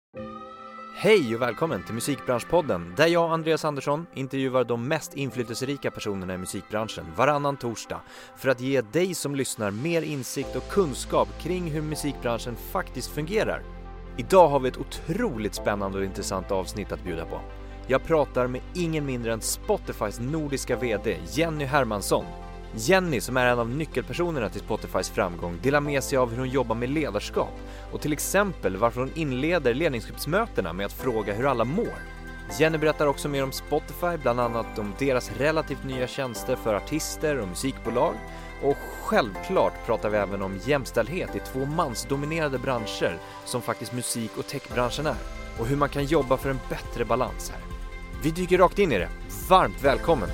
Hej och välkommen till Musikbranschpodden, där jag, Andreas Andersson, intervjuar de mest inflytelserika personerna i musikbranschen varannan torsdag för att ge dig som lyssnar mer insikt och kunskap kring hur musikbranschen faktiskt fungerar. Idag har vi ett otroligt spännande och intressant avsnitt att bjuda på. Jag pratar med ingen mindre än Spotifys nordiska vd Jenny Hermansson. Jenny, som är en av nyckelpersonerna till Spotifys framgång, delar med sig av hur hon jobbar med ledarskap och till exempel varför hon inleder ledningsgruppsmötena med att fråga hur alla mår. Jenny berättar också mer om Spotify, bland annat om deras relativt nya tjänster för artister och musikbolag. Och självklart pratar vi även om jämställdhet i två mansdominerade branscher som faktiskt musik- och techbranschen är. Och hur man kan jobba för en bättre balans här. Vi dyker rakt in i det. Varmt välkommen!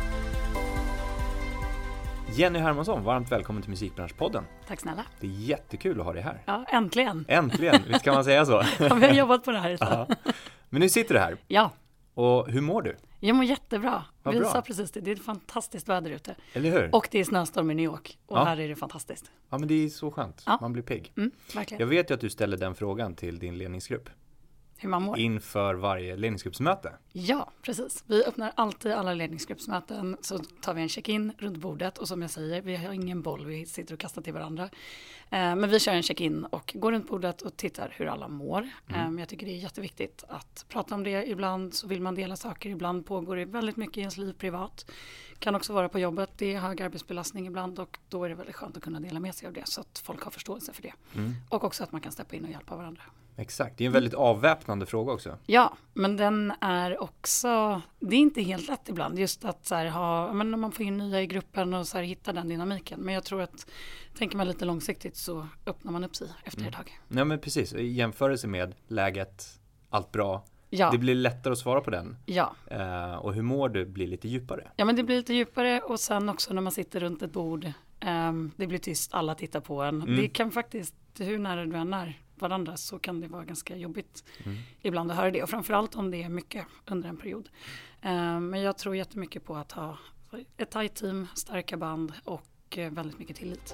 Jenny Hermansson, varmt välkommen till Musikbranschpodden. Tack snälla. Det är jättekul att ha dig här. Ja, äntligen. Äntligen, visst kan man säga så? Ja, vi har jobbat på det här. Ja. Men nu sitter du här. Ja. Och hur mår du? Jag mår jättebra. Vad vi bra. sa precis det. Det är ett fantastiskt väder ute. Eller hur? Och det är snöstorm i New York. Och här är det fantastiskt. Ja, men det är så skönt. Ja. Man blir pigg. Verkligen. Jag vet ju att du ställer den frågan till din ledningsgrupp. Hur man mår. Inför varje ledningsgruppsmöte. Ja, precis. Vi öppnar alltid alla ledningsgruppsmöten. Så tar vi en check-in runt bordet. Och som jag säger, vi har ingen boll. Vi sitter och kastar till varandra. Men vi kör en check-in och går runt bordet och tittar hur alla mår. Jag tycker det är jätteviktigt att prata om det. Ibland så vill man dela saker. Ibland pågår det väldigt mycket i ens liv privat. Kan också vara på jobbet. Det är hög arbetsbelastning ibland. Och då är det väldigt skönt att kunna dela med sig av det. Så att folk har förståelse för det. Och också att man kan steppa in och hjälpa varandra. Exakt, det är en väldigt avväpnande fråga också. Ja, men den är också, det är inte helt lätt ibland just att så här men om man får in nya i gruppen och så här hitta den dynamiken. Men jag tror att tänker man lite långsiktigt så öppnar man upp sig efter ett tag. Ja, men precis, i jämförelse med läget, allt bra. Ja. Det blir lättare att svara på den. Ja. Och hur mår du blir lite djupare. Ja, men det blir lite djupare och sen också när man sitter runt ett bord, det blir tyst, alla tittar på en. Det kan faktiskt, hur nära du än är varandra så kan det vara ganska jobbigt ibland att höra det. Och framförallt om det är mycket under en period. Men jag tror jättemycket på att ha ett tajt team, starka band och väldigt mycket tillit.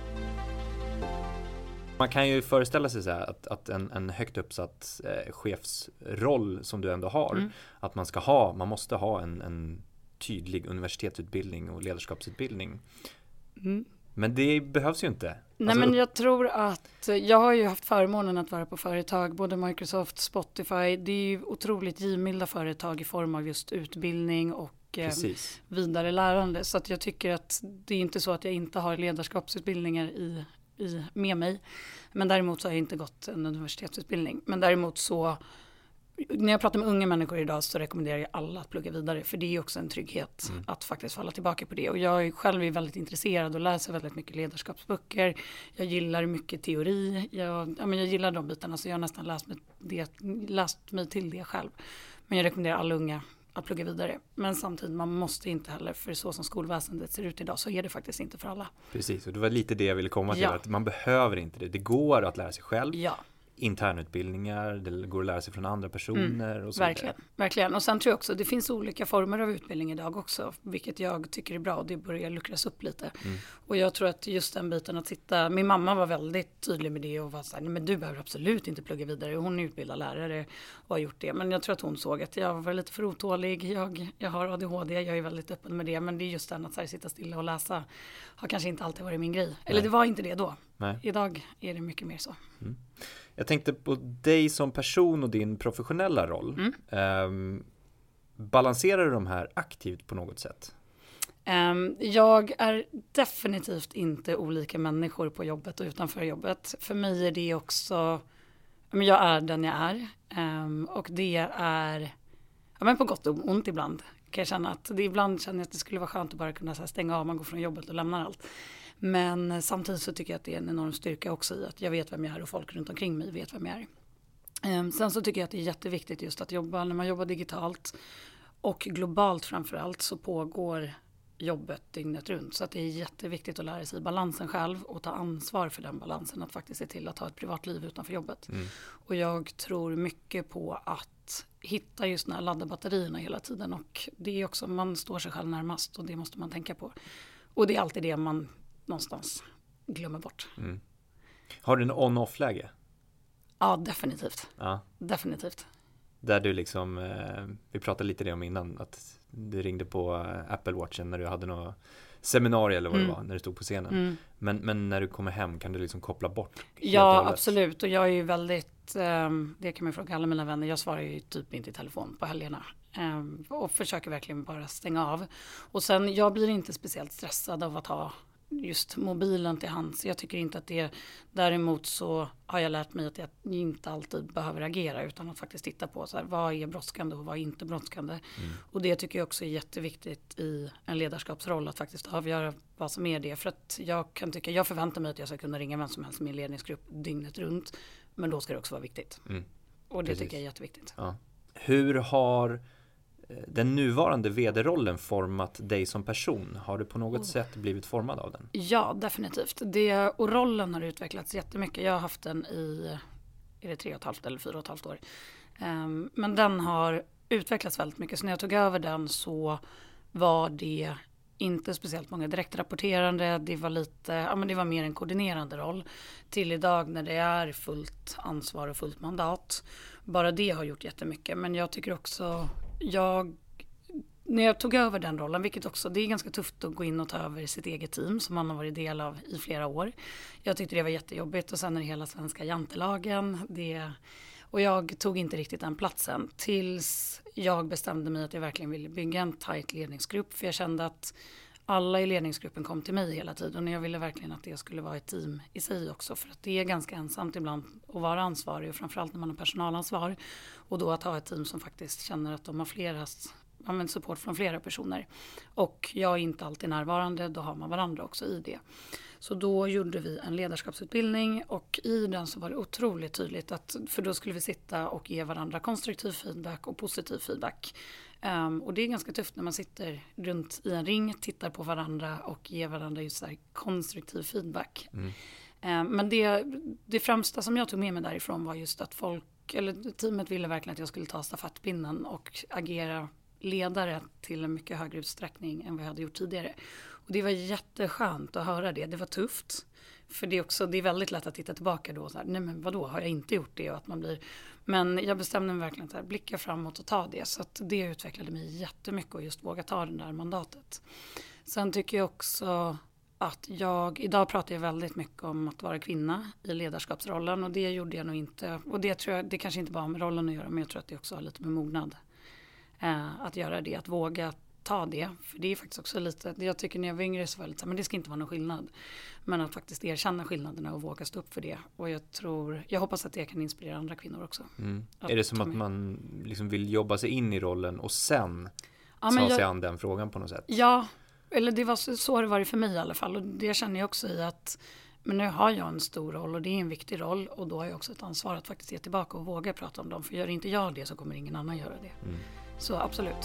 Man kan ju föreställa sig så här att en högt uppsatt chefsroll som du ändå har, att man måste ha en tydlig universitetsutbildning och ledarskapsutbildning. Men det behövs ju inte. Nej, men jag tror att jag har ju haft förmånen att vara på företag, både Microsoft, Spotify. Det är ju otroligt givmilda företag i form av just utbildning och vidare lärande. Så att jag tycker att det är inte så att jag inte har ledarskapsutbildningar med mig. Men däremot så har jag inte gått en universitetsutbildning. Men däremot så, när jag pratar med unga människor idag så rekommenderar jag alla att plugga vidare. För det är också en trygghet att faktiskt falla tillbaka på det. Och jag själv är väldigt intresserad och läser väldigt mycket ledarskapsböcker. Jag gillar mycket teori. Jag gillar de bitarna så jag har nästan läst mig till det själv. Men jag rekommenderar alla unga att plugga vidare. Men samtidigt, man måste inte heller, för så som skolväsendet ser ut idag så är det faktiskt inte för alla. Precis, och det var lite det jag ville komma till. Att man behöver inte det. Det går att lära sig själv. Ja. Internutbildningar, det går att lära sig från andra personer och så verkligen, verkligen. Och sen tror jag också, det finns olika former av utbildning idag också, vilket jag tycker är bra och det börjar luckras upp lite. Och jag tror att just den biten att min mamma var väldigt tydlig med det och var så här, nej men du behöver absolut inte plugga vidare. Hon är utbildad lärare och har gjort det. Men jag tror att hon såg att jag var lite för otålig. Jag har ADHD, jag är väldigt öppen med det. Men det är just den att så här, sitta stilla och läsa har kanske inte alltid varit min grej. Eller det var inte det då. Nej. Idag är det mycket mer så. Jag tänkte på dig som person och din professionella roll. Balanserar du de här aktivt på något sätt? Jag är definitivt inte olika människor på jobbet och utanför jobbet. För mig är det också, jag är den jag är. Och det är, men på gott och ont ibland kan jag känna att ibland känner jag att det skulle vara skönt att bara kunna så här stänga av, man går från jobbet och lämnar allt. Men samtidigt så tycker jag att det är en enorm styrka också i att jag vet vem jag är och folk runt omkring mig vet vem jag är. Sen så tycker jag att det är jätteviktigt just att jobba, när man jobbar digitalt och globalt framförallt så pågår jobbet dygnet runt. Så att det är jätteviktigt att lära sig balansen själv och ta ansvar för den balansen. Att faktiskt se till att ha ett privatliv utanför jobbet. Och jag tror mycket på att hitta just när ladda batterierna hela tiden. Och det är också, man står sig själv närmast och det måste man tänka på. Och det är alltid det man någonstans glömmer bort. Har du en on-off-läge? Ja, definitivt. Ja. Definitivt. Där du liksom, vi pratade lite det om innan, att du ringde på Apple Watchen när du hade något seminarium eller vad det var, när du stod på scenen. Men när du kommer hem kan du liksom koppla bort? Ja, absolut. Och jag är ju väldigt, det kan man fråga alla mina vänner, jag svarar ju typ inte i telefon på helgerna. Och försöker verkligen bara stänga av. Och sen, jag blir inte speciellt stressad av att ha just mobilen till hands. Jag tycker inte att det, däremot så har jag lärt mig att jag inte alltid behöver agera utan att faktiskt titta på så här, vad är brådskande och vad är inte brådskande. Och det tycker jag också är jätteviktigt i en ledarskapsroll, att faktiskt avgöra vad som är det. För att jag förväntar mig att jag ska kunna ringa vem som helst i min ledningsgrupp dygnet runt, men då ska det också vara viktigt. Och det tycker jag är jätteviktigt. Ja. Hur har den nuvarande vd-rollen format dig som person? Har du på något sätt blivit formad av den? Ja, definitivt. Och rollen har utvecklats jättemycket. Jag har haft den i, är det 3,5 eller 4,5 år. Men den har utvecklats väldigt mycket. Så när jag tog över den så var det inte speciellt många direktrapporterande. Det var lite, det var mer en koordinerande roll. Till idag när det är fullt ansvar och fullt mandat. Bara det har gjort jättemycket. Men jag tycker också, när jag tog över den rollen, vilket också, det är ganska tufft att gå in och ta över sitt eget team som man har varit del av i flera år. Jag tyckte det var jättejobbigt och sen är det hela svenska jantelagen. Och jag tog inte riktigt den platsen tills jag bestämde mig att jag verkligen ville bygga en tajt ledningsgrupp. För jag kände att alla i ledningsgruppen kom till mig hela tiden och jag ville verkligen att det skulle vara ett team i sig också. För att det är ganska ensamt ibland att vara ansvarig och framförallt när man har personalansvar. Och då att ha ett team som faktiskt känner att de har support från flera personer. Och jag är inte alltid närvarande, då har man varandra också i det. Så då gjorde vi en ledarskapsutbildning och i den så var det otroligt tydligt för då skulle vi sitta och ge varandra konstruktiv feedback och positiv feedback. Och det är ganska tufft när man sitter runt i en ring, tittar på varandra och ger varandra just så här konstruktiv feedback. Men det främsta som jag tog med mig därifrån var just att teamet ville verkligen att jag skulle ta stafettpinnen och agera ledare till en mycket högre utsträckning än vad jag hade gjort tidigare. Och det var jätteskönt att höra det. Det var tufft. För det är väldigt lätt att titta tillbaka då och så här, nej men vadå, har jag inte gjort det? Och att men jag bestämde mig verkligen att blicka framåt och ta det. Så att det utvecklade mig jättemycket och just våga ta det där mandatet. Sen tycker jag också att idag pratar jag väldigt mycket om att vara kvinna i ledarskapsrollen. Och det gjorde jag nog inte. Och det tror jag, det kanske inte bara har med rollen att göra, men jag tror att det också har lite med mognad. Att göra det, att våga ta det. För det är faktiskt också lite, jag tycker när jag var yngre så var det lite, men det ska inte vara någon skillnad. Men att faktiskt erkänna skillnaderna och våga stå upp för det. Och jag hoppas att det kan inspirera andra kvinnor också. Är det som att man liksom vill jobba sig in i rollen och sen ta sig an den frågan på något sätt? Ja, eller det var så det var för mig i alla fall. Och det känner jag också i att men nu har jag en stor roll och det är en viktig roll. Och då har jag också ett ansvar att faktiskt ge tillbaka och våga prata om dem. För gör inte jag det så kommer ingen annan göra det. Så absolut.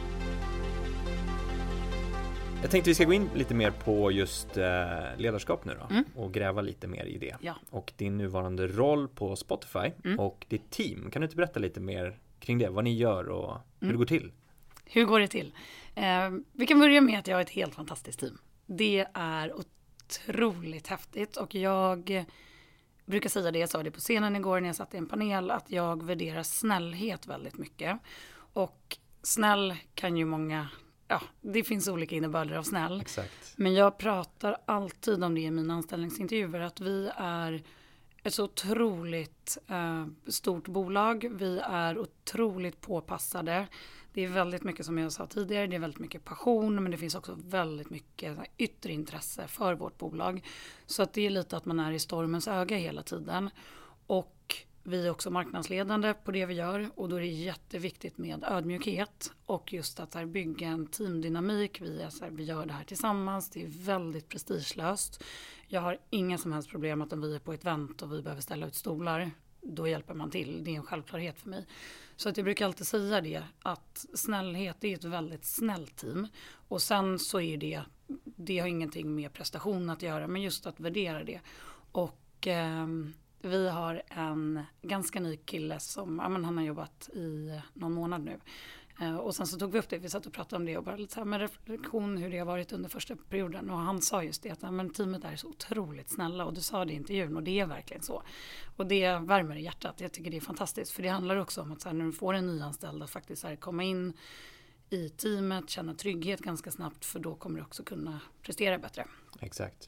Jag tänkte vi ska gå in lite mer på just ledarskap nu då. Och gräva lite mer i det. Ja. Och din nuvarande roll på Spotify och ditt team. Kan du inte berätta lite mer kring det? Vad ni gör och hur det går till? Hur går det till? Vi kan börja med att jag har ett helt fantastiskt team. Det är otroligt häftigt och jag brukar säga det, jag sa det på scenen igår när jag satt i en panel, att jag värderar snällhet väldigt mycket. Och snäll kan ju många, det finns olika innebörder av snäll. Exakt. Men jag pratar alltid om det i mina anställningsintervjuer, att vi är ett så otroligt stort bolag. Vi är otroligt påpassade. Det är väldigt mycket, som jag sa tidigare, det är väldigt mycket passion, men det finns också väldigt mycket yttre intresse för vårt bolag. Så att det är lite att man är i stormens öga hela tiden. Och vi är också marknadsledande på det vi gör och då är det jätteviktigt med ödmjukhet och just att bygga en teamdynamik. Vi gör det här tillsammans, det är väldigt prestigelöst. Jag har inga som helst problem att om vi är på ett event och vi behöver ställa ut stolar, då hjälper man till. Det är en självklarhet för mig. Så att jag brukar alltid säga det, att snällhet är ett väldigt snällt team. Och sen så är det har ingenting med prestation att göra, men just att värdera det. Och vi har en ganska ny kille som han har jobbat i någon månad nu. Och sen så tog vi upp det, vi satt och pratade om det och bara lite så här med reflektion hur det har varit under första perioden. Och han sa just det att men teamet är så otroligt snälla och du sa det i intervjun och det är verkligen så. Och det värmer i hjärtat, jag tycker det är fantastiskt. För det handlar också om att så här, när du får en nyanställd att faktiskt så här, komma in i teamet, känna trygghet ganska snabbt för då kommer du också kunna prestera bättre. Exakt.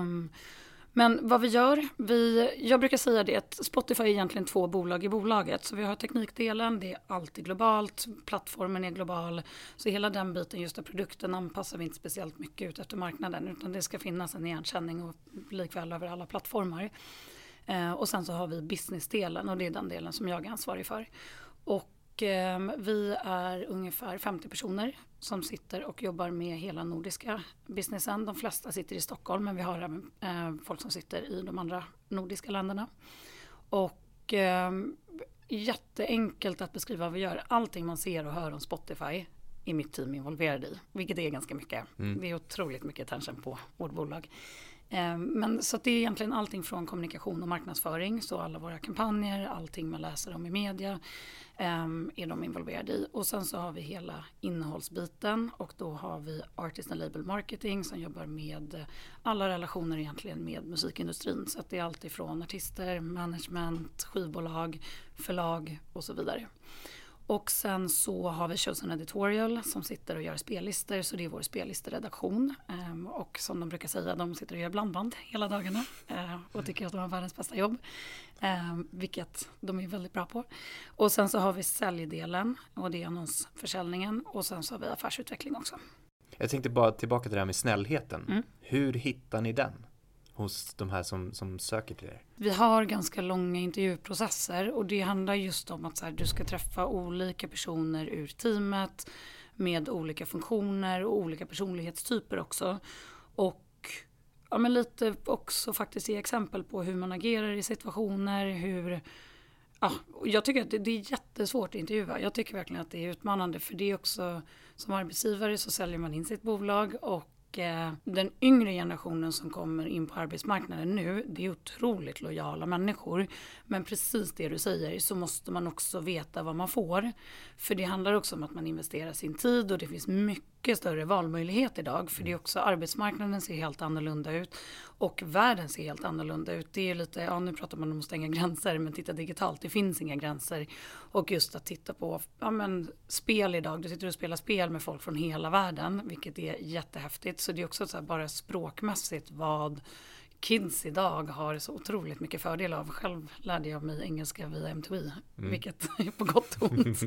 Men vad vi gör, jag brukar säga det att Spotify är egentligen 2 bolag i bolaget. Så vi har teknikdelen, det är alltid globalt, plattformen är global. Så hela den biten, just av produkten, anpassar vi inte speciellt mycket ut efter marknaden. Utan det ska finnas en igenkänning och likväl över alla plattformar. Och sen så har vi businessdelen och det är den delen som jag är ansvarig för. Och vi är ungefär 50 personer som sitter och jobbar med hela nordiska businessen. De flesta sitter i Stockholm men vi har även folk som sitter i de andra nordiska länderna. Och jätteenkelt att beskriva vad vi gör. Allting man ser och hör om Spotify är mitt team involverad i. Vilket är ganska mycket. Det är otroligt mycket attention på vårt bolag. Men så att det är egentligen allting från kommunikation och marknadsföring. Så alla våra kampanjer, allting man läser om i media är de involverade i. Och sen så har vi hela innehållsbiten och då har vi Artist and Label Marketing som jobbar med alla relationer egentligen med musikindustrin. Så att det är allt ifrån artister, management, skivbolag, förlag och så vidare. Och sen så har vi Chosen Editorial som sitter och gör spellistor. Så det är vår spellisteredaktion. Och som de brukar säga, de sitter och gör blandband hela dagarna. Och tycker att de har världens bästa jobb. Vilket de är väldigt bra på. Och sen så har vi säljdelen och det är annonsförsäljningen. Och sen så har vi affärsutveckling också. Jag tänkte bara tillbaka till det här med snällheten. Hur hittar ni den? Hos de här som söker till er? Vi har ganska långa intervjuprocesser och det handlar just om att så här, du ska träffa olika personer ur teamet med olika funktioner och olika personlighetstyper också. Och ja, men lite också faktiskt ge exempel på hur man agerar i situationer, jag tycker att det är jättesvårt att intervjua. Jag tycker verkligen att det är utmanande för det är också som arbetsgivare så säljer man in sitt bolag och den yngre generationen som kommer in på arbetsmarknaden nu, det är otroligt lojala människor. Men precis det du säger så måste man också veta vad man får. För det handlar också om att man investerar sin tid och det finns mycket större valmöjlighet idag. För det är också arbetsmarknaden ser helt annorlunda ut och världen ser helt annorlunda ut. Det är lite, nu pratar man om att stänga gränser men titta digitalt, det finns inga gränser. Och just att titta på spel idag, du sitter och spelar spel med folk från hela världen, vilket är jättehäftigt. Så det är också så här, bara språkmässigt vad kids idag har så otroligt mycket fördel av. Själv lärde jag mig engelska via M2I, vilket är på gott och ont.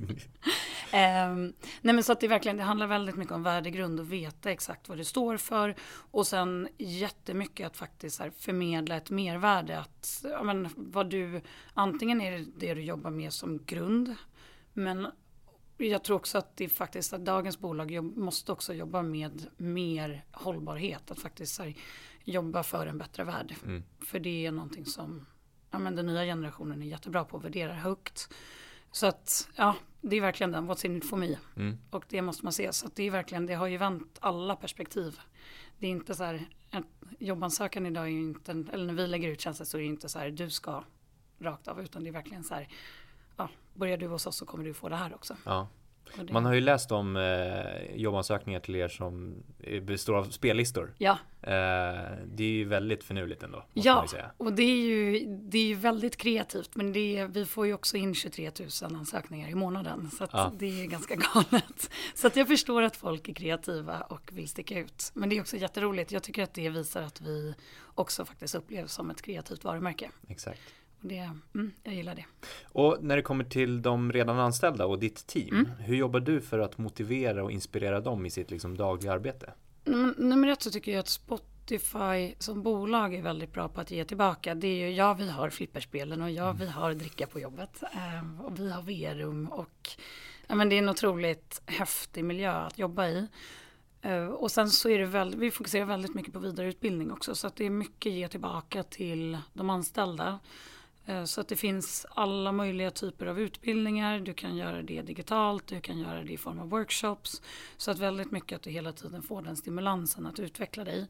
Nej men så att det handlar väldigt mycket om värdegrund och veta exakt vad det står för. Och sen jättemycket att faktiskt här, förmedla ett mervärde. Att, vad du, antingen är det du jobbar med som grund, men jag tror också att det faktiskt att dagens bolag måste också jobba med mer hållbarhet. Att faktiskt här, jobba för en bättre värld. För det är någonting som den nya generationen är jättebra på att värdera högt. Så att det är verkligen den, what's in it for me. Och det måste man se. Så att det är verkligen, det har ju vänt alla perspektiv. Det är inte så här, jobbansökan idag är ju inte, eller när vi lägger ut tjänster så är det inte så här, du ska rakt av. Utan det är verkligen så här, börjar du hos oss så kommer du få det här också. Ja. Man har ju läst om jobbansökningar till er som består av spellistor. Ja. Det är ju väldigt förnuligt ändå. Ja, och det är ju väldigt kreativt. Men vi får ju också in 23 000 ansökningar i månaden. Så att det är ganska galet. Så att jag förstår att folk är kreativa och vill sticka ut. Men det är också jätteroligt. Jag tycker att det visar att vi också faktiskt upplevs som ett kreativt varumärke. Exakt. Jag gillar det. Och när det kommer till de redan anställda och ditt team, hur jobbar du för att motivera och inspirera dem i sitt dagliga arbete? Nummer 1 så tycker jag att Spotify som bolag är väldigt bra på att ge tillbaka. Det är ju, vi har flipperspelen och vi har dricka på jobbet och vi har VR-rum och det är en otroligt häftig miljö att jobba i. Och sen så är det vi fokuserar väldigt mycket på vidareutbildning också så att det är mycket ge tillbaka till de anställda. Så att det finns alla möjliga typer av utbildningar. Du kan göra det digitalt, du kan göra det i form av workshops. Så att väldigt mycket att du hela tiden får den stimulansen att utveckla dig.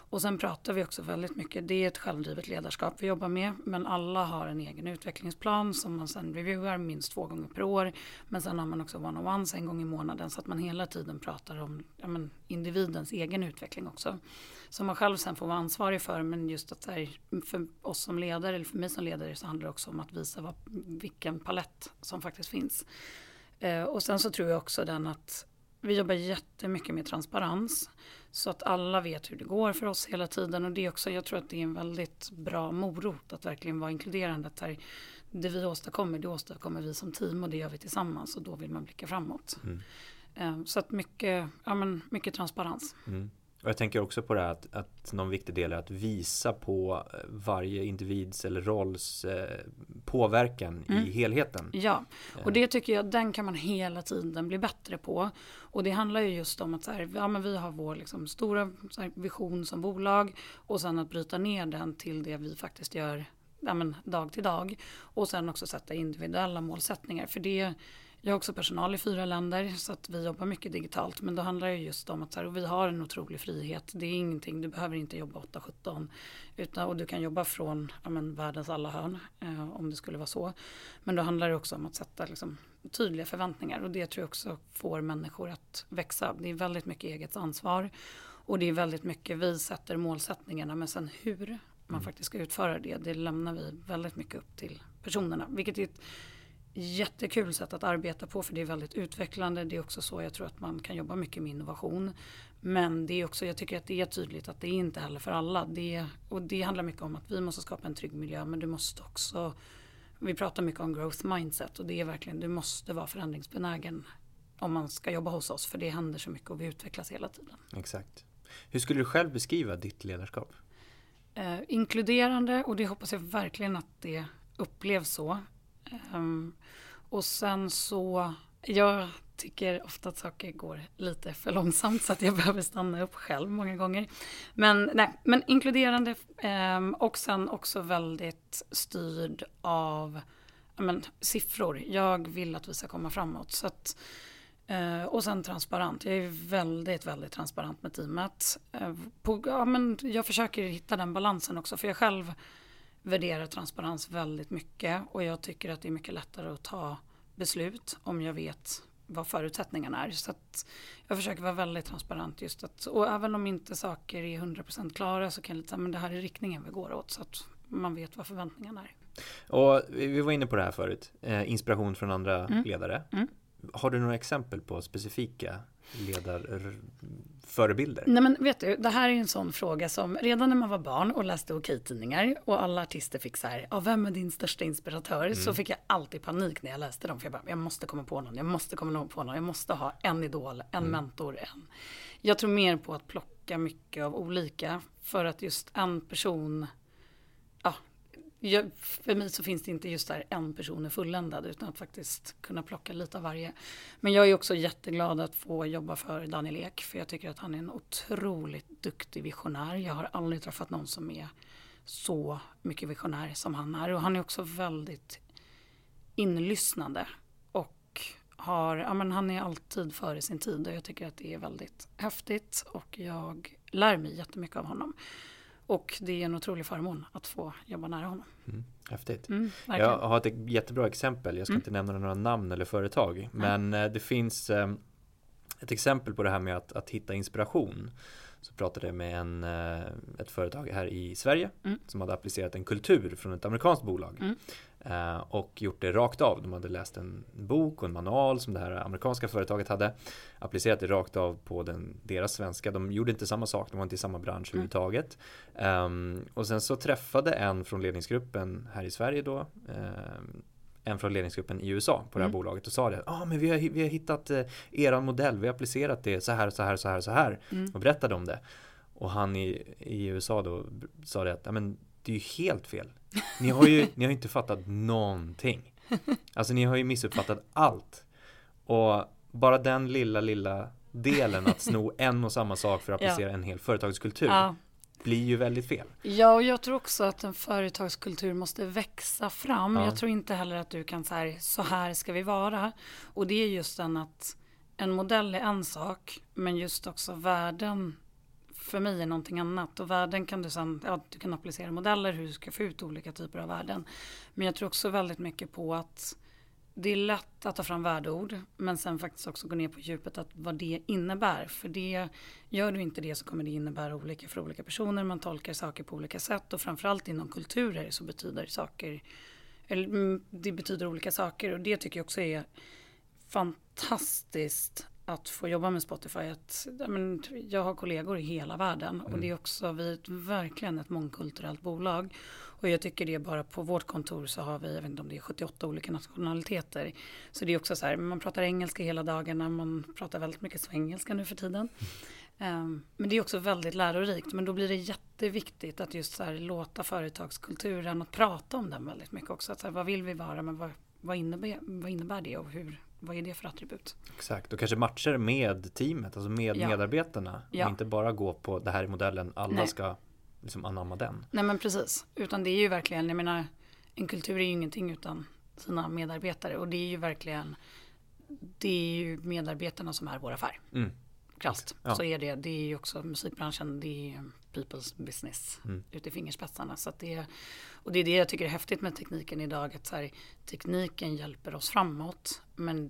Och sen pratar vi också väldigt mycket, det är ett självdrivet ledarskap vi jobbar med, men alla har en egen utvecklingsplan som man sen reviewar minst 2 gånger per år. Men sen har man också one-on-ones 1 gång i månaden, så att man hela tiden pratar om individens egen utveckling också. Som man själv sen får vara ansvarig för, men just att för oss som ledare, eller för mig som ledare, så handlar det också om att visa vilken palett som faktiskt finns. Och sen så tror jag också att vi jobbar jättemycket med transparens, så att alla vet hur det går för oss hela tiden. Och det är också, jag tror att det är en väldigt bra morot att verkligen vara inkluderande. Att det vi åstadkommer, det åstadkommer vi som team, och det gör vi tillsammans, och då vill man blicka framåt. Så att mycket transparens. Och jag tänker också på det här att någon viktig del är att visa på varje individs eller rolls påverkan i helheten. Ja, och det tycker jag, den kan man hela tiden bli bättre på. Och det handlar ju just om att vi har vår liksom stora vision som bolag, och sen att bryta ner den till det vi faktiskt gör dag till dag. Och sen också sätta individuella målsättningar. För jag har också personal i 4 länder, så att vi jobbar mycket digitalt. Men då handlar det just om att vi har en otrolig frihet. Det är ingenting, du behöver inte jobba 8-17. Och du kan jobba från världens alla hörn, om det skulle vara så. Men då handlar det också om att sätta liksom tydliga förväntningar. Och det tror jag också får människor att växa. Det är väldigt mycket eget ansvar. Och det är väldigt mycket, vi sätter målsättningarna. Men sen hur man faktiskt ska utföra det lämnar vi väldigt mycket upp till personerna. Vilket är ett jättekul sätt att arbeta på, för det är väldigt utvecklande. Det är också så jag tror att man kan jobba mycket med innovation. Men det är också, jag tycker att det är tydligt att det är inte heller för alla. Och det handlar mycket om att vi måste skapa en trygg miljö, men du måste också, vi pratar mycket om growth mindset, och det är verkligen, du måste vara förändringsbenägen om man ska jobba hos oss, för det händer så mycket och vi utvecklas hela tiden. Exakt. Hur skulle du själv beskriva ditt ledarskap? Inkluderande, och det hoppas jag verkligen att det upplevs så. Och sen så, jag tycker ofta att saker går lite för långsamt, så att jag behöver stanna upp själv många gånger. Men inkluderande, och sen också väldigt styrd av siffror. Jag vill att vi ska komma framåt. Så att, och sen transparent. Jag är väldigt, väldigt transparent med teamet. Jag försöker hitta den balansen också, för jag själv värderar transparens väldigt mycket, och jag tycker att det är mycket lättare att ta beslut om jag vet vad förutsättningarna är. Så att jag försöker vara väldigt transparent just att, och även om inte saker är 100% klara, så kan jag lite säga, men det här är riktningen vi går åt, så att man vet vad förväntningarna är. Och vi var inne på det här förut, inspiration från andra ledare. Har du några exempel på specifika ledarförebilder? Nej, men vet du, det här är en sån fråga som redan när man var barn och läste Okej-tidningar och alla artister fick så här, vem är din största inspiratör? Så fick jag alltid panik när jag läste dem, för jag måste komma på någon, jag måste ha en idol, en mentor, Jag tror mer på att plocka mycket av olika, för att just en person, för mig så finns det inte just där en person är fulländad, utan att faktiskt kunna plocka lite av varje. Men jag är också jätteglad att få jobba för Daniel Ek, för jag tycker att han är en otroligt duktig visionär. Jag har aldrig träffat någon som är så mycket visionär som han är, och han är också väldigt inlyssnande och han är alltid före sin tid, och jag tycker att det är väldigt häftigt, och jag lär mig jättemycket av honom. Och det är en otrolig förmån att få jobba nära honom. Häftigt. Jag har ett jättebra exempel. Jag ska inte nämna några namn eller företag. Men det finns ett exempel på det här med att hitta inspiration. Så pratade jag med ett företag här i Sverige som hade applicerat en kultur från ett amerikanskt bolag. Och gjort det rakt av. De hade läst en bok och en manual som det här amerikanska företaget hade. Applicerat det rakt av på deras svenska. De gjorde inte samma sak, de var inte i samma bransch överhuvudtaget. Och sen så träffade en från ledningsgruppen här i Sverige då, en från ledningsgruppen i USA på det här bolaget, och sa det, men vi har hittat eran modell, vi har applicerat det så här och berättade om det. Och han i USA då sa det att det är ju helt fel. Ni har ju inte fattat någonting. Alltså ni har ju missuppfattat allt. Och bara den lilla delen att sno en och samma sak för att applicera en hel företagskultur blir ju väldigt fel. Ja, och jag tror också att en företagskultur måste växa fram. Jag tror inte heller att du kan säga så här ska vi vara. Och det är just den att en modell är en sak, men just också värden för mig är någonting annat. Och värden kan du sen, du kan applicera modeller hur du ska få ut olika typer av värden. Men jag tror också väldigt mycket på att det är lätt att ta fram värdeord, men sen faktiskt också gå ner på djupet att vad det innebär. För det, gör du inte det så kommer det innebära olika för olika personer. Man tolkar saker på olika sätt och framförallt inom kulturer så betyder saker, eller det betyder olika saker. Och det tycker jag också är fantastiskt att få jobba med Spotify. Jag har kollegor i hela världen och det är också verkligen ett mångkulturellt bolag. Och jag tycker det bara på vårt kontor så har vi, jag vet inte om det är 78 olika nationaliteter. Så det är också så här, man pratar engelska hela dagarna, man pratar väldigt mycket svengelska nu för tiden. Men det är också väldigt lärorikt, men då blir det jätteviktigt att just så här, låta företagskulturen och prata om den väldigt mycket också. Att så här, vad vill vi vara, men vad innebär det och vad är det för attribut? Exakt, och kanske matcher med teamet, alltså med medarbetarna. Ja. Och inte bara gå på det här i modellen, alla ska liksom anamma den. Nej men precis, utan det är ju verkligen, jag menar, en kultur är ju ingenting utan sina medarbetare. Och det är ju verkligen, det är ju medarbetarna som är vår affär. Krasst, så är det är ju också musikbranschen, det är people's business ute i fingerspetsarna. Så att det är det jag tycker är häftigt med tekniken idag, att så här, tekniken hjälper oss framåt, men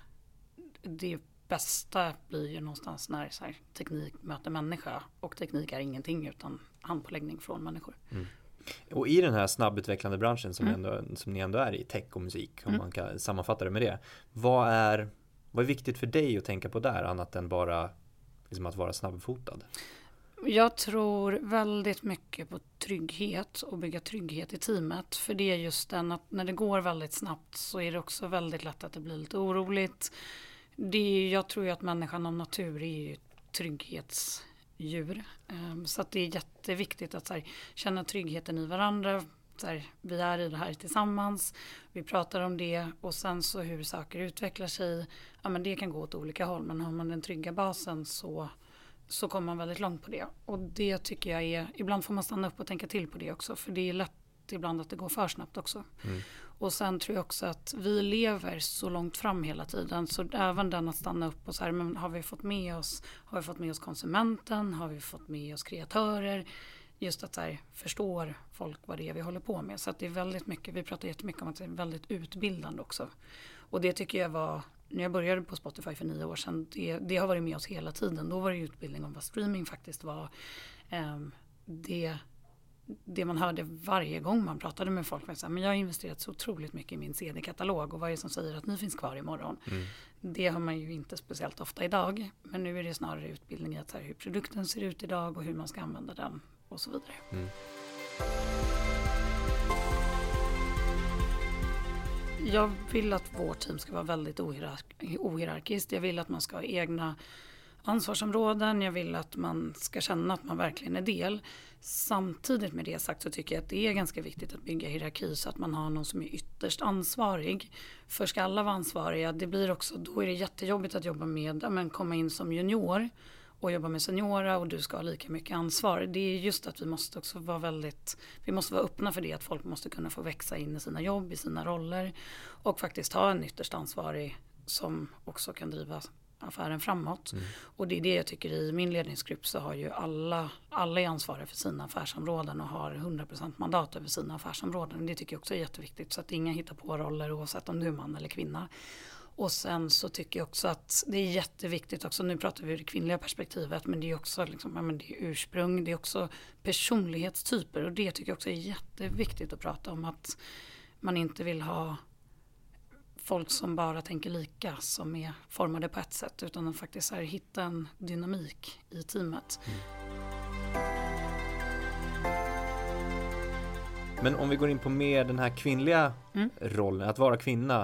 det bästa blir ju någonstans när så här, teknik möter människa, och teknik är ingenting utan handpåläggning från människor. Och i den här snabbutvecklande branschen som ni ändå är i, tech och musik, om man kan sammanfatta det med det, vad är viktigt för dig att tänka på där, annat än bara liksom att vara snabbfotad? Jag tror väldigt mycket på trygghet och bygga trygghet i teamet. För det är just den att när det går väldigt snabbt så är det också väldigt lätt att det blir lite oroligt. Jag tror ju att människan av natur är ju trygghetsdjur. Så att det är jätteviktigt att så här, känna tryggheten i varandra. Så här, vi är i det här tillsammans, vi pratar om det, och sen så hur saker utvecklar sig, men det kan gå åt olika håll, men har man den trygga basen så kommer man väldigt långt på det. Och det tycker jag är, ibland får man stanna upp och tänka till på det också, för det är lätt ibland att det går för snabbt också. Och sen tror jag också att vi lever så långt fram hela tiden, så även den att stanna upp och så här, men har vi fått med oss konsumenten, har vi fått med oss kreatörer, just att så här, förstår folk vad det är vi håller på med. Så att det är väldigt mycket, vi pratar jättemycket om att det är väldigt utbildande också. Och det tycker jag var, när jag började på Spotify för 9 år sedan, det har varit med oss hela tiden. Då var det utbildning om vad streaming faktiskt var. Det man hörde varje gång man pratade med folk var så här, men jag har investerat så otroligt mycket i min CD-katalog, och vad är det som säger att ni finns kvar imorgon? Det har man ju inte speciellt ofta idag, men nu är det snarare utbildning i att så här, hur produkten ser ut idag och hur man ska använda den och så vidare. Jag vill att vårt team ska vara väldigt ohierarkiskt. Jag vill att man ska ha egna ansvarsområden. Jag vill att man ska känna att man verkligen är del. Samtidigt med det sagt så tycker jag att det är ganska viktigt att bygga hierarki så att man har någon som är ytterst ansvarig. För ska alla vara ansvariga, då är det jättejobbigt att jobba med, komma in som junior och jobba med seniora och du ska ha lika mycket ansvar. Det är just att vi måste också vara öppna för det, att folk måste kunna få växa in i sina jobb, i sina roller, och faktiskt ha en ytterst ansvarig som också kan driva affären framåt. Och det är det jag tycker, i min ledningsgrupp så har ju alla är ansvariga för sina affärsområden och har 100% mandat över sina affärsområden. Det tycker jag också är jätteviktigt, så att inga hittar på roller oavsett om du är man eller kvinna. Och sen så tycker jag också att det är jätteviktigt också, nu pratar vi ur det kvinnliga perspektivet, men det är också liksom, det är ursprung, det är också personlighetstyper, och det tycker jag också är jätteviktigt att prata om, att man inte vill ha folk som bara tänker lika, som är formade på ett sätt, utan att faktiskt här, hitta en dynamik i teamet. Men om vi går in på mer den här kvinnliga rollen, att vara kvinna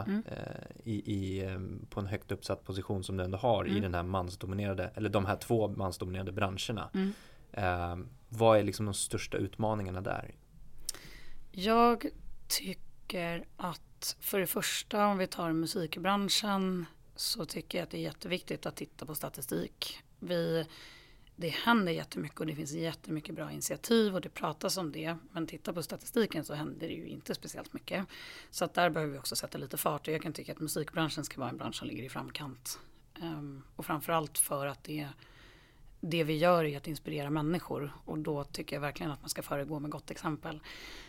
på en högt uppsatt position som du ändå har i den här mansdominerade, eller de här 2 mansdominerade branscherna. Vad är liksom de största utmaningarna där? Jag tycker att för det första, om vi tar musikbranschen, så tycker jag att det är jätteviktigt att titta på statistik. Det händer jättemycket och det finns jättemycket bra initiativ och det pratas om det. Men titta på statistiken så händer det ju inte speciellt mycket. Så att där behöver vi också sätta lite fart. Och jag kan tycka att musikbranschen ska vara en bransch som ligger i framkant. Och framförallt för att det det vi gör är att inspirera människor. Och då tycker jag verkligen att man ska föregå med gott exempel.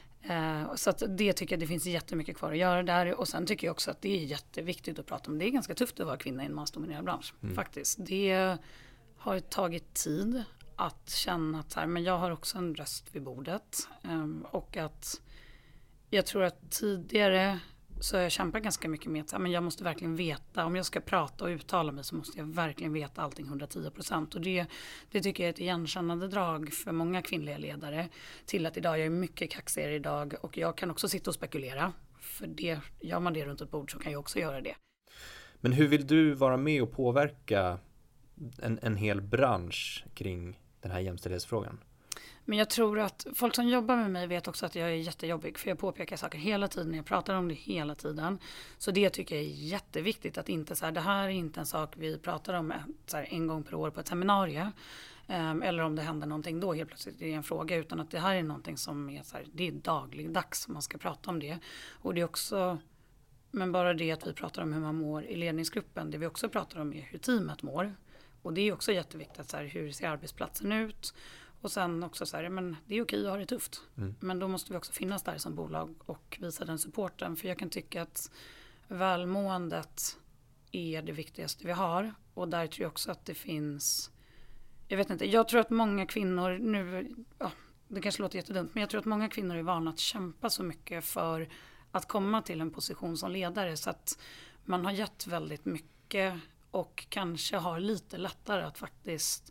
Så att det tycker jag det finns jättemycket kvar att göra där. Och sen tycker jag också att det är jätteviktigt att prata om. Det är ganska tufft att vara kvinna i en mansdominerad bransch. Faktiskt. Det har tagit tid att känna att så här, men jag har också en röst vid bordet. Och att jag tror att tidigare så har jag kämpat ganska mycket med att men jag måste verkligen veta, om jag ska prata och uttala mig så måste jag verkligen veta allting 110%. Och det tycker jag är ett igenkännande drag för många kvinnliga ledare till att idag, jag är mycket kaxigare idag och jag kan också sitta och spekulera. För det, gör man det runt ett bord så kan jag också göra det. Men hur vill du vara med och påverka en hel bransch kring den här jämställdhetsfrågan? Men jag tror att folk som jobbar med mig vet också att jag är jättejobbig. För jag påpekar saker hela tiden. Jag pratar om det hela tiden. Så det tycker jag är jätteviktigt. Att inte så här, det här är inte en sak vi pratar om så här, en gång per år på ett seminarium. Eller om det händer någonting då helt plötsligt är det en fråga. Utan att det här är någonting som är så här, det är dagligdags man ska prata om det. Och det är också, men bara det att vi pratar om hur man mår i ledningsgruppen. Det vi också pratar om är hur teamet mår. Och det är också jätteviktigt. Så här, hur ser arbetsplatsen ut? Och sen också så här, men det är okej att ha det tufft. Men då måste vi också finnas där som bolag och visa den supporten. För jag kan tycka att välmåendet är det viktigaste vi har. Och där tror jag också att det finns, jag vet inte, jag tror att många kvinnor nu, det kanske låter jättedumt, men jag tror att många kvinnor är vana att kämpa så mycket för att komma till en position som ledare. Så att man har gett väldigt mycket och kanske har lite lättare att faktiskt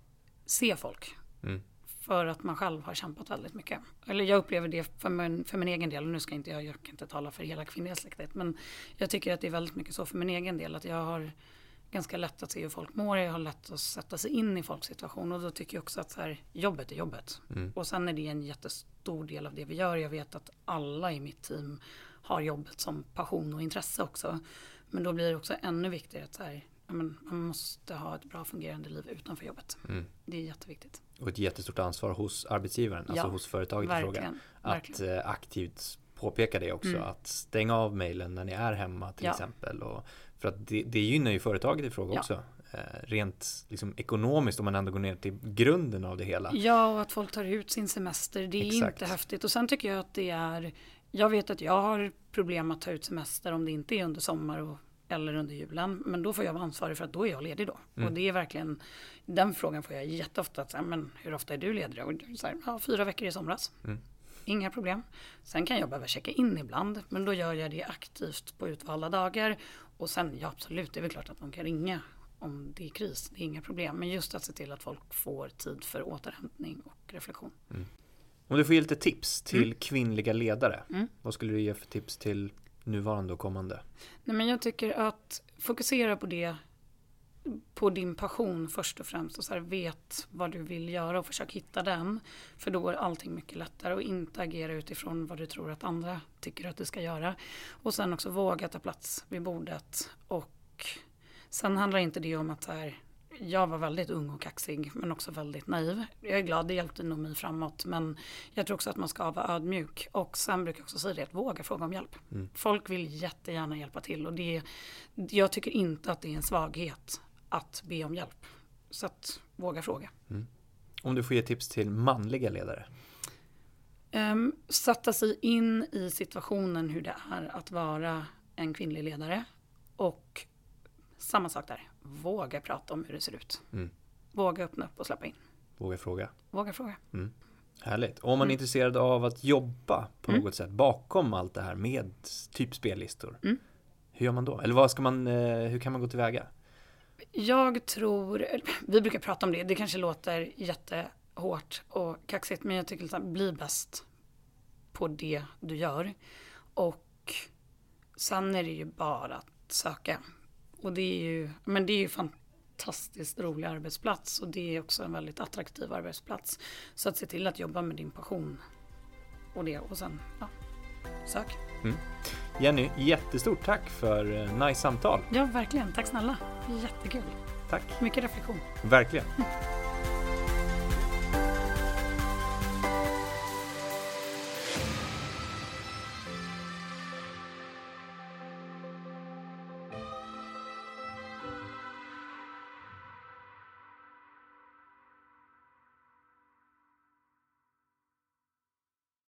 se folk. För att man själv har kämpat väldigt mycket. Eller jag upplever det för min egen del. Och nu ska jag kan inte tala för hela kvinnliga släktet. Men jag tycker att det är väldigt mycket så för min egen del. Att jag har ganska lätt att se hur folk mår. Jag har lätt att sätta sig in i folks situation. Och då tycker jag också att så här, jobbet är jobbet. Och sen är det en jättestor del av det vi gör. Jag vet att alla i mitt team har jobbet som passion och intresse också. Men då blir det också ännu viktigare att så här, man måste ha ett bra fungerande liv utanför jobbet. Det är jätteviktigt. Och ett jättestort ansvar hos arbetsgivaren, alltså hos företaget i fråga. Att aktivt påpeka det också. Att stänga av mejlen när ni är hemma till exempel. Och för att det gynnar ju företaget i fråga också. Rent liksom, ekonomiskt om man ändå går ner till grunden av det hela. Ja, och att folk tar ut sin semester. Det är inte häftigt. Och sen tycker jag att det är, jag vet att jag har problem att ta ut semester om det inte är under sommar eller under julen. Men då får jag vara ansvarig för att då är jag ledig då. Och det är verkligen, den frågan får jag jätteofta. Att säga, men hur ofta är du ledig? Och så här, 4 veckor i somras. Inga problem. Sen kan jag behöva checka in ibland. Men då gör jag det aktivt på utvalda dagar. Och sen, absolut, det är väl klart att de kan ringa om det är kris. Det är inga problem. Men just att se till att folk får tid för återhämtning och reflektion. Om du får ge lite tips till kvinnliga ledare. Vad skulle du ge för tips till nuvarande och kommande? Nej, men jag tycker att fokusera på det, på din passion först och främst och så här, vet vad du vill göra och försök hitta den, för då är allting mycket lättare och inte agera utifrån vad du tror att andra tycker att du ska göra. Och sen också våga ta plats vid bordet. Och sen handlar inte det om att så här, jag var väldigt ung och kaxig men också väldigt naiv. Jag är glad, det hjälpte nog mig framåt, men jag tror också att man ska vara ödmjuk. Och sen brukar jag också säga det, att våga fråga om hjälp. Folk vill jättegärna hjälpa till och jag tycker inte att det är en svaghet att be om hjälp. Så att våga fråga. Om du får ge tips till manliga ledare? Sätta sig in i situationen hur det är att vara en kvinnlig ledare. Och samma sak där. Våga prata om hur det ser ut. Våga öppna upp och släppa in. Våga fråga. Våga fråga. Härligt. Om man är intresserad av att jobba på något sätt bakom allt det här med typ spellistor. Hur gör man då? Eller hur kan man gå tillväga? Jag tror, vi brukar prata om det. Det kanske låter jättehårt och kaxigt. Men jag tycker att bli bäst på det du gör. Och sen är det ju bara att söka. Och det är ju fantastiskt rolig arbetsplats. Och det är också en väldigt attraktiv arbetsplats. Så att se till att jobba med din passion. Och det. Och sen, sök. Jenny, jättestort tack för nice samtal. Ja, verkligen. Tack snälla. Jättekul. Tack. Mycket reflektion. Verkligen.